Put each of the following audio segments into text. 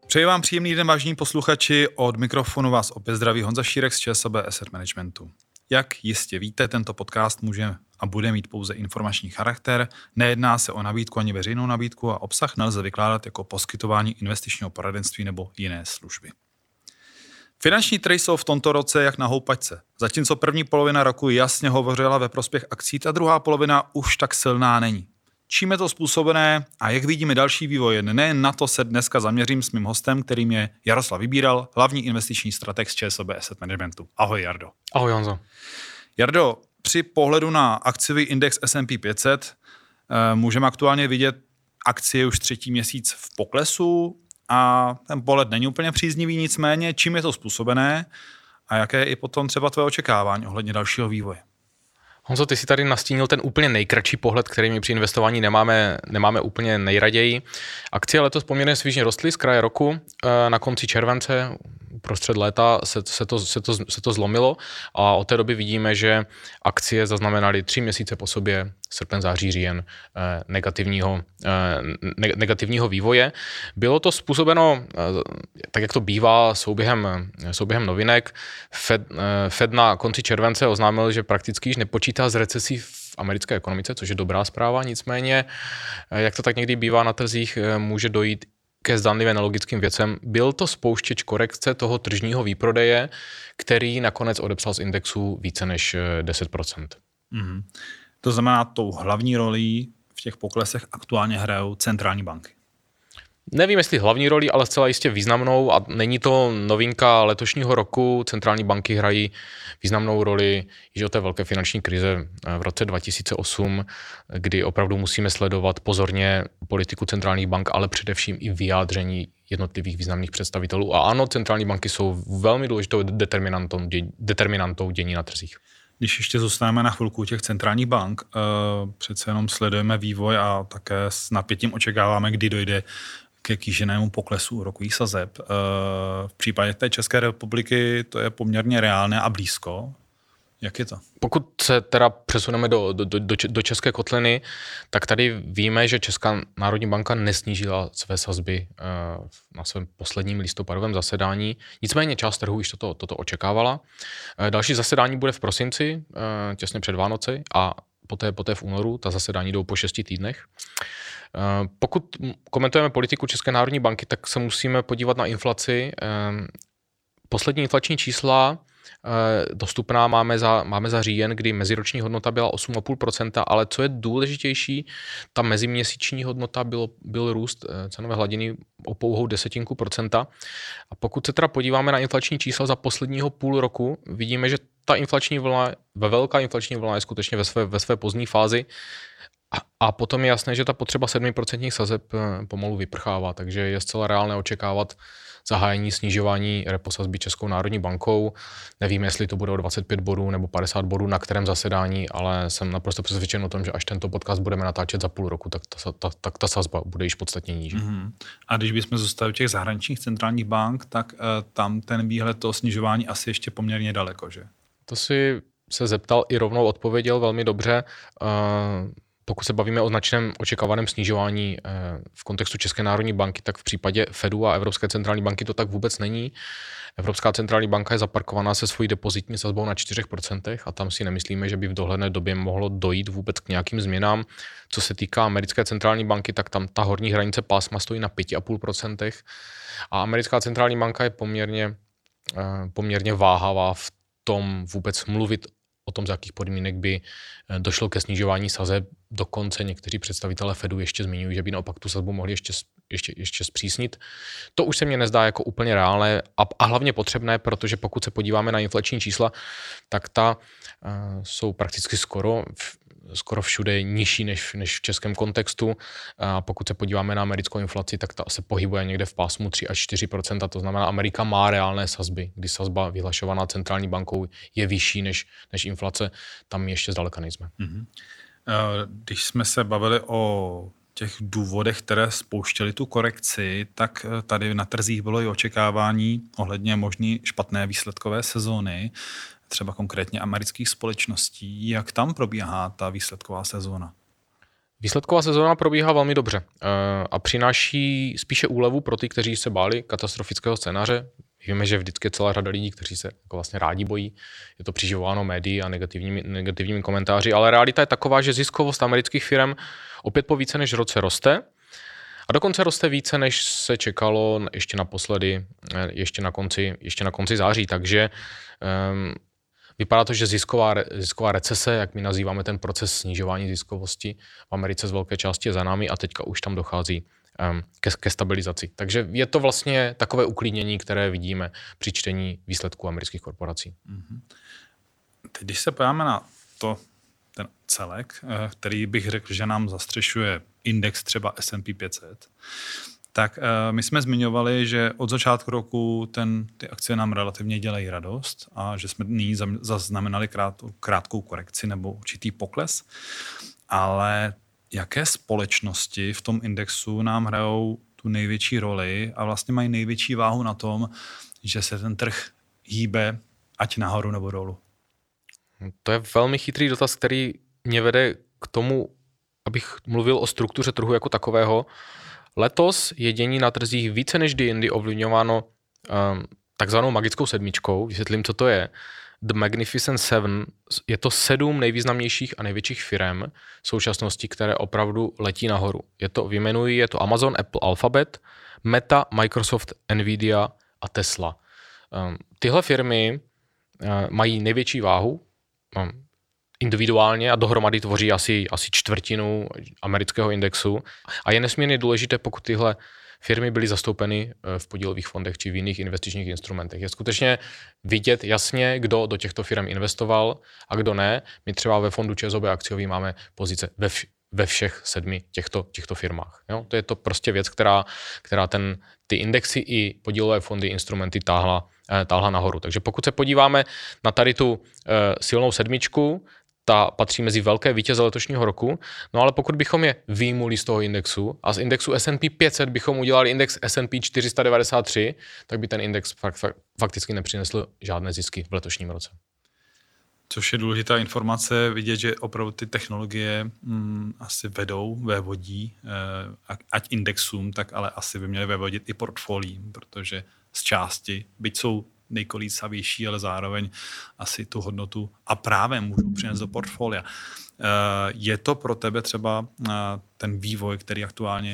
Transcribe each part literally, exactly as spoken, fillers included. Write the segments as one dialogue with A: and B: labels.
A: Přeji vám příjemný den, vážení posluchači, od mikrofonu vás opět zdraví Honza Šírek z ČSOB Asset Managementu. Jak jistě víte, tento podcast může a bude mít pouze informační charakter, nejedná se o nabídku ani veřejnou nabídku a obsah nelze vykládat jako poskytování investičního poradenství nebo jiné služby. Finanční trhy jsou v tomto roce jak na houpačce. Zatímco první polovina roku jasně hovořila ve prospěch akcí, ta druhá polovina už tak silná není. Čím je to způsobené a jak vidíme další vývoj, nejen na to se dneska zaměřím s mým hostem, kterým je Jaroslav Vybíral, hlavní investiční strateg z ČSOB Asset Managementu. Ahoj, Jardo.
B: Ahoj, Honzo.
A: Jardo, při pohledu na akciový index S and P pět set můžeme aktuálně vidět akcie už třetí měsíc v poklesu a ten pohled není úplně příznivý, nicméně čím je to způsobené a jaké je i potom třeba tvoje očekávání ohledně dalšího vývoje?
B: Honzo, ty si tady nastínil ten úplně nejkratší pohled, který my při investování nemáme, nemáme úplně nejraději. Akcie letos poměrně svižně rostly z kraje roku. Na konci července, prostřed léta se, se, to, se, to, se to zlomilo a od té doby vidíme, že akcie zaznamenaly tři měsíce po sobě, srpen, září, říjen, negativního, negativního vývoje. Bylo to způsobeno, tak jak to bývá, souběhem, souběhem novinek. Fed, Fed na konci července oznámil, že prakticky již nepočítá s recesí v americké ekonomice, což je dobrá zpráva, nicméně, jak to tak někdy bývá na trzích, může dojít ke zdanlivě nelogickým věcem. Byl to spouštěč korekce toho tržního výprodeje, který nakonec odepsal z indexu více než deset procent.
A: Mm-hmm. To znamená, tou hlavní rolí v těch poklesech aktuálně hrajou centrální banky.
B: Nevím, jestli hlavní roli, ale zcela jistě významnou a není to novinka letošního roku. Centrální banky hrají významnou roli již od té velké finanční krize v roce dva tisíce osm, kdy opravdu musíme sledovat pozorně politiku centrálních bank, ale především i vyjádření jednotlivých významných představitelů. A ano, centrální banky jsou velmi důležitou determinantou, dě, determinantou dění na trzích.
A: Když ještě zůstaneme na chvilku těch centrálních bank, uh, přece jenom sledujeme vývoj a také s napětím očekáváme, kdy dojde ke kýženému poklesu úrokových sazeb. Uh, v případě té České republiky to je poměrně reálné a blízko. Jak je to?
B: Pokud se teda přesuneme do, do, do, do české kotliny, tak tady víme, že Česká národní banka nesnížila své sazby uh, na svém posledním listopadovém zasedání. Nicméně část trhu již toto, toto očekávala. Uh, další zasedání bude v prosinci, uh, těsně před Vánoci, a poté, poté v únoru. Ta zasedání jdou po šesti týdnech. Uh, pokud komentujeme politiku České národní banky, tak se musíme podívat na inflaci. Uh, poslední inflační čísla dostupná máme za, máme za říjen, kdy meziroční hodnota byla osm celá pět procenta, ale co je důležitější, ta meziměsíční hodnota bylo, byl růst cenové hladiny o pouhou desetinku procenta. A pokud se teda podíváme na inflační čísla za posledního půl roku, vidíme, že ta inflační vlna, ve velká inflační vlna je skutečně ve své, ve své pozdní fázi. A, a potom je jasné, že ta potřeba sedm procent sazeb pomalu vyprchává, takže je zcela reálné očekávat zahájení snižování repo sazby Českou národní bankou. Nevím, jestli to bude o dvacet pět bodů nebo padesát bodů, na kterém zasedání, ale jsem naprosto přesvědčen o tom, že až tento podcast budeme natáčet za půl roku, tak ta, ta, tak ta sazba bude již podstatně níže. Mm-hmm.
A: A když bychom zůstali u těch zahraničních centrálních bank, tak uh, tam ten výhled toho snižování asi ještě poměrně daleko, že?
B: To si se zeptal i rovnou odpověděl velmi dobře. Uh, Pokud se bavíme o značném očekávaném snižování v kontextu České národní banky, tak v případě Fedu a Evropské centrální banky to tak vůbec není. Evropská centrální banka je zaparkovaná se svojí depozitní sazbou na čtyři procenta a tam si nemyslíme, že by v dohledné době mohlo dojít vůbec k nějakým změnám. Co se týká Americké centrální banky, tak tam ta horní hranice pásma stojí na pět celá pět procenta a Americká centrální banka je poměrně, poměrně váhavá v tom vůbec mluvit o tom, z jakých podmínek by došlo ke snižování sazeb. Dokonce někteří představitelé Fedu ještě zmiňují, že by naopak tu sazbu mohli ještě, ještě, ještě zpřísnit. To už se mně nezdá jako úplně reálné a, a hlavně potřebné, protože pokud se podíváme na inflační čísla, tak ta uh, jsou prakticky skoro, skoro všude nižší než, než v českém kontextu. A pokud se podíváme na americkou inflaci, tak ta se pohybuje někde v pásmu tři až čtyři procenta. To znamená, Amerika má reálné sazby, kdy sazba vyhlašovaná centrální bankou je vyšší než, než inflace. Tam ještě zdaleka nejsme.
A: Mm-hmm. Když jsme se bavili o těch důvodech, které spouštěly tu korekci, tak tady na trzích bylo i očekávání ohledně možný špatné výsledkové sezóny, třeba konkrétně amerických společností. Jak tam probíhá ta výsledková sezóna?
B: Výsledková sezóna probíhá velmi dobře a přináší spíše úlevu pro ty, kteří se báli katastrofického scénáře. Víme, že vždycky je celá řada lidí, kteří se jako vlastně rádi bojí. Je to přiživováno médií a negativními, negativními komentáři, ale realita je taková, že ziskovost amerických firm opět po více než roce roste a dokonce roste více, než se čekalo ještě naposledy, ještě na konci, ještě na konci září. Takže um, vypadá to, že zisková, zisková recese, jak my nazýváme ten proces snižování ziskovosti v Americe z velké části je za námi a teďka už tam dochází um, ke, ke stabilizaci. Takže je to vlastně takové uklidnění, které vidíme při čtení výsledků amerických korporací.
A: Mm-hmm. Teď, když se podíváme na to, ten celek, který bych řekl, že nám zastřešuje index třeba S and P pět set, tak uh, my jsme zmiňovali, že od začátku roku ten, ty akcie nám relativně dělají radost a že jsme nyní zaznamenali krát, krátkou korekci nebo určitý pokles. Ale jaké společnosti v tom indexu nám hrajou tu největší roli a vlastně mají největší váhu na tom, že se ten trh hýbe ať nahoru nebo dolů?
B: To je velmi chytrý dotaz, který mě vede k tomu, abych mluvil o struktuře trhu jako takového. Letos je dění na trzích více než kdy jindy ovlivňováno um, takzvanou magickou sedmičkou. Vysvětlím, co to je. The Magnificent Seven je to sedm nejvýznamnějších a největších firem v současnosti, které opravdu letí nahoru. Je to, vyjmenuji, je to Amazon, Apple, Alphabet, Meta, Microsoft, Nvidia a Tesla. Um, tyhle firmy uh, mají největší váhu um, individuálně a dohromady tvoří asi, asi čtvrtinu amerického indexu. A je nesmírně důležité, pokud tyhle firmy byly zastoupeny v podílových fondech či v jiných investičních instrumentech. Je skutečně vidět jasně, kdo do těchto firm investoval a kdo ne. My třeba ve fondu ČSOB akciový máme pozice ve, vš- ve všech sedmi těchto, těchto firmách. Jo? To je to prostě věc, která, která ten, ty indexy i podílové fondy, instrumenty táhla, eh, táhla nahoru. Takže pokud se podíváme na tady tu eh, silnou sedmičku, ta patří mezi velké vítěze letošního roku, no ale pokud bychom je vyjmuli z toho indexu a z indexu S and P pět set bychom udělali index S and P čtyři sta devadesát tři, tak by ten index fakt, fakt, fakticky nepřinesl žádné zisky v letošním roce.
A: Což je důležitá informace, vidět, že opravdu ty technologie hm, asi vedou, vévodí, eh, ať indexům, tak ale asi by měly vévodit i portfoliím, protože z části, byť jsou nejkolísavější, ale zároveň asi tu hodnotu a právě můžou přinést do portfolia. Je to pro tebe třeba ten vývoj, který aktuálně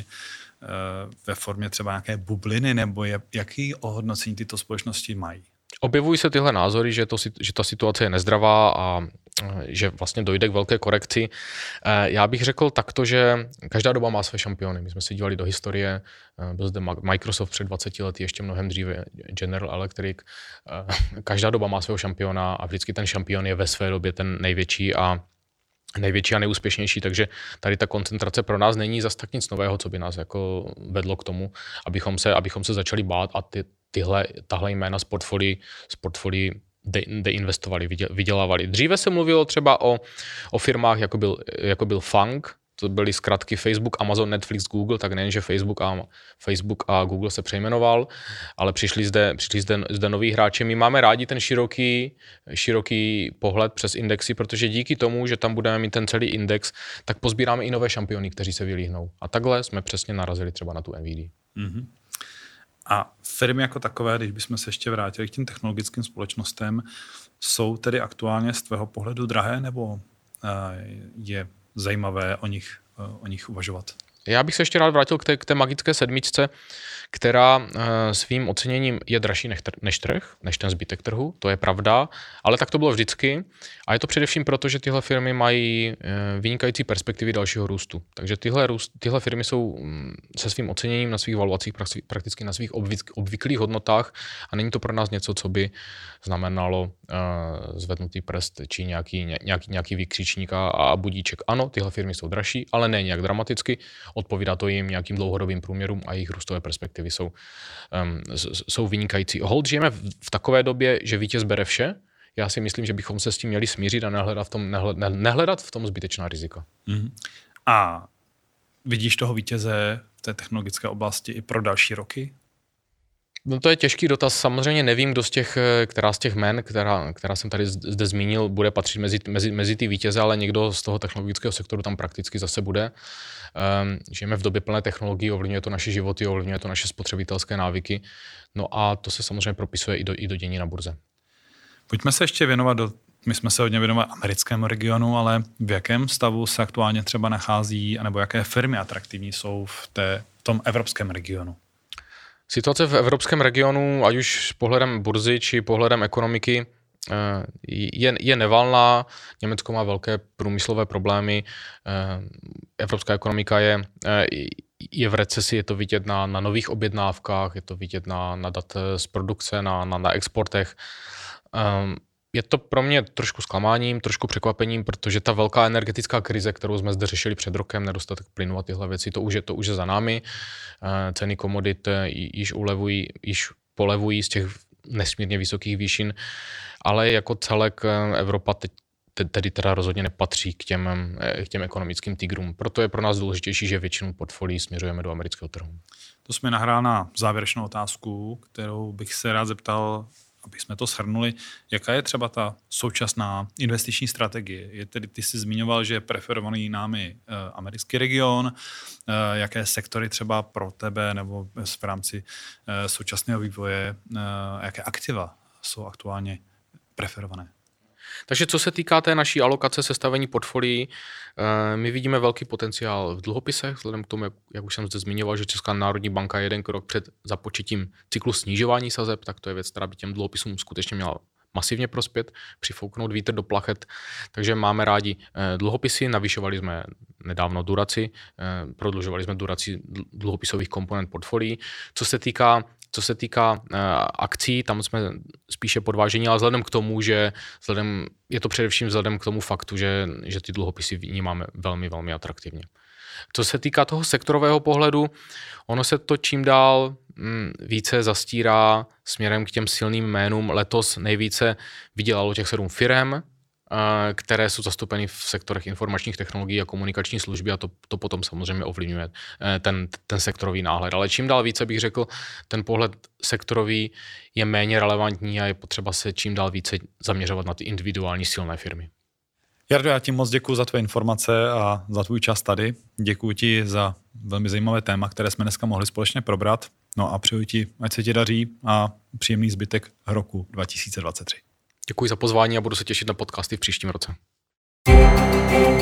A: ve formě třeba nějaké bubliny, nebo je, jaký ohodnocení tyto společnosti mají?
B: Objevují se tyhle názory, že, to, že ta situace je nezdravá a že vlastně dojde k velké korekci. Já bych řekl takto, že každá doba má své šampiony. My jsme se dívali do historie, byl zde Microsoft před dvaceti lety, ještě mnohem dříve General Electric. Každá doba má svého šampiona a vždycky ten šampion je ve své době ten největší a největší a nejúspěšnější, takže tady ta koncentrace pro nás není zas tak nic nového, co by nás jako vedlo k tomu, abychom se, abychom se začali bát a ty, tyhle, tahle jména z portfolií, z portfolií de, deinvestovali, vydělávali. Dříve se mluvilo třeba o, o firmách, jako byl, jako byl Fang, to byly zkratky Facebook, Amazon, Netflix, Google, tak nejen, že Facebook a, Facebook a Google se přejmenoval, ale přišli zde, přišli zde, zde noví hráči. My máme rádi ten široký, široký pohled přes indexy, protože díky tomu, že tam budeme mít ten celý index, tak pozbíráme i nové šampiony, kteří se vylíhnou. A takhle jsme přesně narazili třeba na tu Nvidia.
A: Mm-hmm. A firmy jako takové, když bychom se ještě vrátili k těm technologickým společnostem, jsou tedy aktuálně z tvého pohledu drahé, nebo uh, je zajímavé o nich, o nich uvažovat?
B: Já bych se ještě rád vrátil k té, k té magické sedmičce, která uh, svým oceněním je dražší než, než trh, než ten zbytek trhu, to je pravda, ale tak to bylo vždycky a je to především proto, že tyhle firmy mají uh, vynikající perspektivy dalšího růstu. Takže tyhle, růst, tyhle firmy jsou um, se svým oceněním na svých valuacích prakticky na svých obvyk, obvyklých hodnotách a není to pro nás něco, co by znamenalo uh, zvednutý prst či nějaký, nějaký, nějaký výkřičník a, a budíček. Ano, tyhle firmy jsou dražší, ale ne nějak dramaticky. Odpovídá to jim nějakým dlouhodobým průměrům a jejich růstové perspektivy jsou, um, jsou vynikající. Hold, žijeme v, v takové době, že vítěz bere vše. Já si myslím, že bychom se s tím měli smířit a nehledat v tom, nehled, nehledat v tom zbytečná rizika.
A: Mm-hmm. A vidíš toho vítěze v té technologické oblasti i pro další roky?
B: No to je těžký dotaz. Samozřejmě nevím, kdo z těch, která z těch men, která, která jsem tady zde zmínil, bude patřit mezi, mezi, mezi ty vítěze, ale někdo z toho technologického sektoru tam prakticky zase bude. Um, žijeme v době plné technologií, ovlivňuje to naše životy, ovlivňuje to naše spotřebitelské návyky. No a to se samozřejmě propisuje i do, i do dění na burze.
A: Pojďme se ještě věnovat do My jsme se hodně věnovali americkému regionu, ale v jakém stavu se aktuálně třeba nachází, anebo jaké firmy atraktivní jsou v, té, v tom evropském regionu?
B: Situace v evropském regionu, ať už s pohledem burzy či pohledem ekonomiky, je, je nevalná. Německo má velké průmyslové problémy. Evropská ekonomika je, je v recesi, je to vidět na, na nových objednávkách, je to vidět na, na dat z produkce, na, na, na exportech. Je to pro mě trošku zklamáním, trošku překvapením, protože ta velká energetická krize, kterou jsme zde řešili před rokem, nedostatek plynu a tyhle věci, to už je, to už je za námi. Ceny komodit již ulevují, již polevují z těch nesmírně vysokých výšin, ale jako celek Evropa teď tedy teda rozhodně nepatří k těm, k těm ekonomickým tigrům. Proto je pro nás důležitější, že většinu portfolií směřujeme do amerického trhu.
A: To jsme nahrál na závěrečnou otázku, kterou bych se rád zeptal, aby jsme to shrnuli. Jaká je třeba ta současná investiční strategie? Je tedy, ty jsi zmiňoval, že je preferovaný námi eh, americký region. Eh, jaké sektory třeba pro tebe nebo v rámci eh, současného vývoje, eh, jaké aktiva jsou aktuálně preferované?
B: Takže co se týká té naší alokace sestavení portfolií, my vidíme velký potenciál v dluhopisech, vzhledem k tomu, jak, jak už jsem zde zmiňoval, že Česká národní banka je jeden krok před započetím cyklu snižování sazeb, tak to je věc, která by těm dluhopisům skutečně měla masivně prospět, přifouknout vítr do plachet. Takže máme rádi dluhopisy, navyšovali jsme nedávno duraci, prodlužovali jsme duraci dluhopisových komponent portfolií. Co se týká Co se týká uh, akcí, tam jsme spíše podvážení, ale vzhledem k tomu, že vzhledem, je to především vzhledem k tomu faktu, že, že ty dluhopisy vnímáme velmi, velmi atraktivně. Co se týká toho sektorového pohledu, ono se to čím dál mm, více zastírá směrem k těm silným jménům. Letos nejvíce vydělalo těch sedm firem, které jsou zastoupeny v sektorech informačních technologií a komunikační služby a to, to potom samozřejmě ovlivňuje ten, ten sektorový náhled. Ale čím dál více bych řekl, ten pohled sektorový je méně relevantní a je potřeba se čím dál více zaměřovat na ty individuální silné firmy.
A: Jardo, já ti moc děkuji za tvé informace a za tvůj čas tady. Děkuji ti za velmi zajímavé téma, které jsme dneska mohli společně probrat. No a přeju ti, ať se ti daří a příjemný zbytek roku dva tisíce dvacet tři.
B: Děkuji za pozvání a budu se těšit na podcasty v příštím roce.